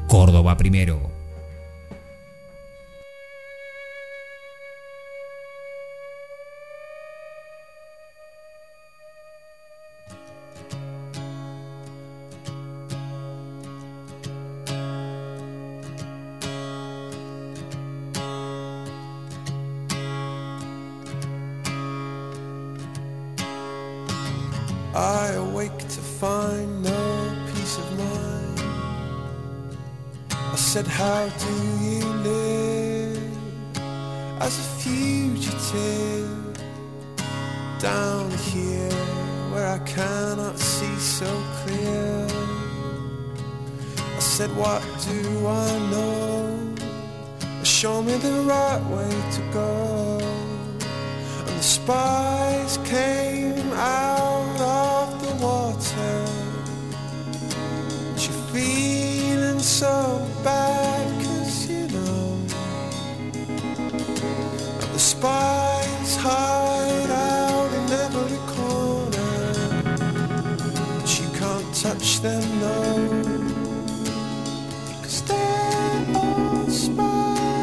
Córdoba Primero. I awake to find no peace of mind. I said, how do you live as a fugitive down here where I cannot see so clear? I said, what do I know? Show me the right way to go. And the spies came out of the water. You're feeling so bad, 'cause you know that the spies hide out in every corner, but you can't touch them, no, 'cause they're all spies.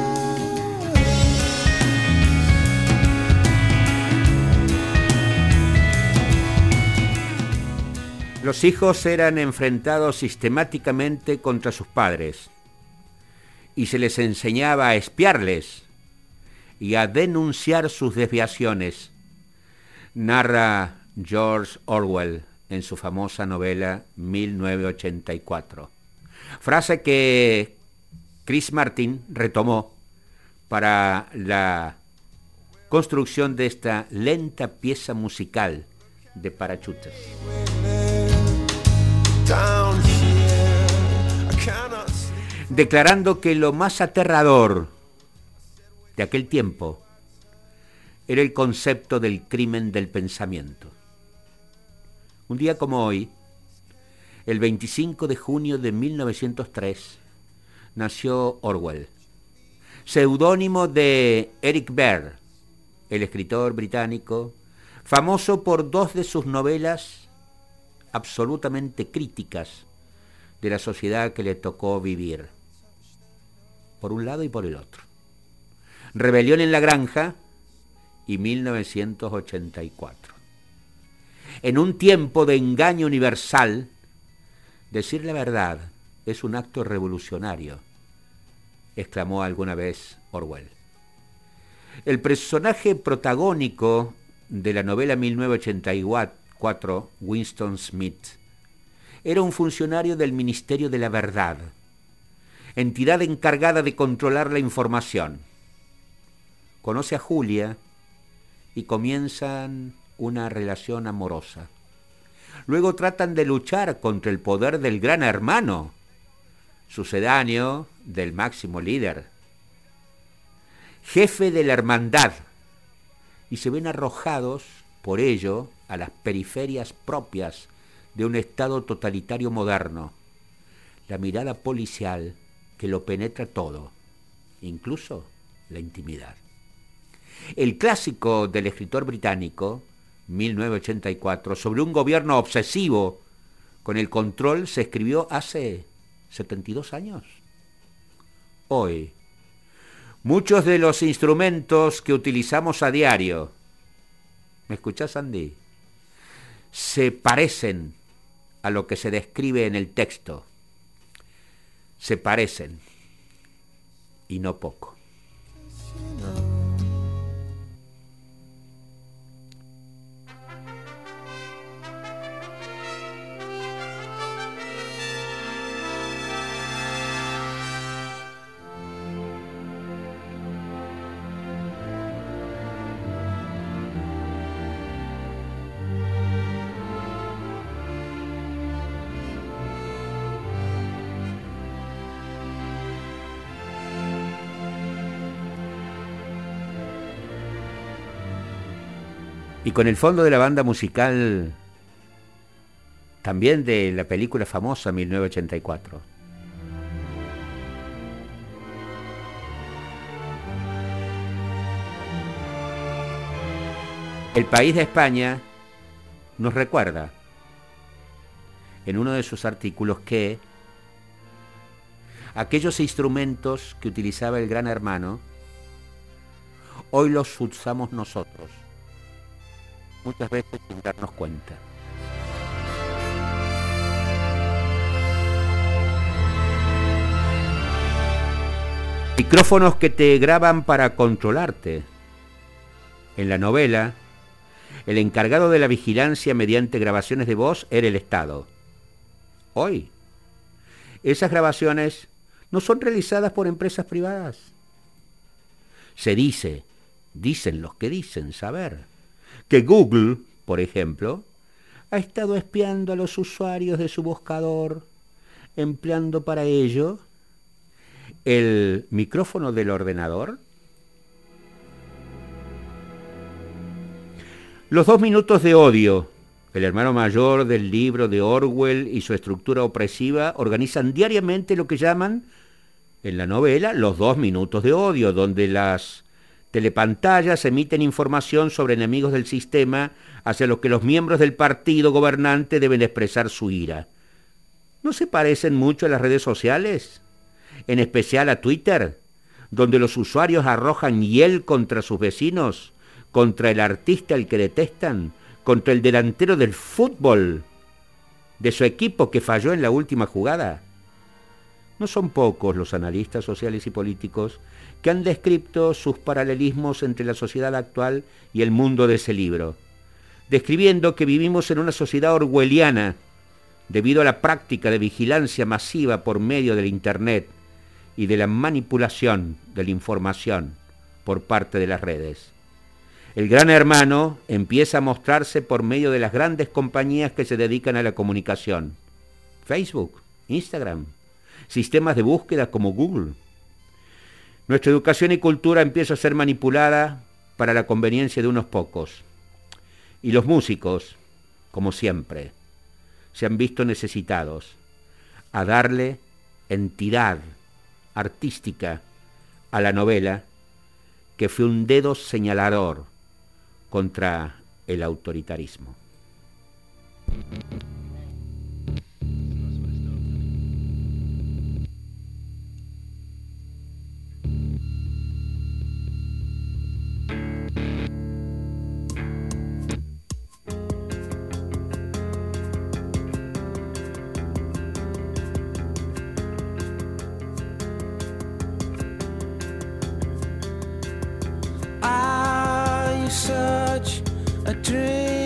Los hijos eran enfrentados sistemáticamente contra sus padres y se les enseñaba a espiarles y a denunciar sus desviaciones, narra George Orwell en su famosa novela 1984. Frase que Chris Martin retomó para la construcción de esta lenta pieza musical de Parachutes. Declarando que lo más aterrador de aquel tiempo era el concepto del crimen del pensamiento. Un día como hoy, el 25 de junio de 1903, nació Orwell, seudónimo de Eric Berne, el escritor británico, famoso por dos de sus novelas absolutamente críticas de la sociedad que le tocó vivir, por un lado y por el otro. Rebelión en la Granja y 1984. En un tiempo de engaño universal, decir la verdad es un acto revolucionario, exclamó alguna vez Orwell. El personaje protagónico de la novela 1984, Winston Smith, era un funcionario del Ministerio de la Verdad, entidad encargada de controlar la información. Conoce a Julia y comienzan una relación amorosa. Luego tratan de luchar contra el poder del Gran Hermano, sucedáneo del máximo líder, jefe de la hermandad, y se ven arrojados por ello a las periferias propias de un Estado totalitario moderno. La mirada policial que lo penetra todo, incluso la intimidad. El clásico del escritor británico, 1984, sobre un gobierno obsesivo con el control, se escribió hace 72 años. Hoy, muchos de los instrumentos que utilizamos a diario, ¿me escuchás, Andy?, se parecen a lo que se describe en el texto. Se parecen, y no poco. Y con el fondo de la banda musical también de la película famosa 1984. El País de España nos recuerda en uno de sus artículos que Aquellos instrumentos que utilizaba el Gran Hermano, hoy los usamos nosotros, muchas veces sin darnos cuenta. Micrófonos que te graban para controlarte. En la novela, el encargado de la vigilancia mediante grabaciones de voz era el Estado. Hoy, esas grabaciones no son realizadas por empresas privadas. Se dicen los que dicen saber, que Google, por ejemplo, ha estado espiando a los usuarios de su buscador, empleando para ello el micrófono del ordenador. Los 2 minutos de odio, el hermano mayor del libro de Orwell y su estructura opresiva, organizan diariamente lo que llaman, en la novela, los 2 minutos de odio, donde las telepantallas emiten información sobre enemigos del sistema hacia los que los miembros del partido gobernante deben expresar su ira. ¿No se parecen mucho a las redes sociales? En especial a Twitter, donde los usuarios arrojan hiel contra sus vecinos, contra el artista al que detestan, contra el delantero del fútbol de su equipo que falló en la última jugada. No son pocos los analistas sociales y políticos que han descrito sus paralelismos entre la sociedad actual y el mundo de ese libro, describiendo que vivimos en una sociedad orwelliana debido a la práctica de vigilancia masiva por medio del Internet y de la manipulación de la información por parte de las redes. El Gran Hermano empieza a mostrarse por medio de las grandes compañías que se dedican a la comunicación. Facebook, Instagram, sistemas de búsqueda como Google. Nuestra educación y cultura empieza a ser manipulada para la conveniencia de unos pocos. Y los músicos, como siempre, se han visto necesitados a darle entidad artística a la novela, que fue un dedo señalador contra el autoritarismo. Such a dream.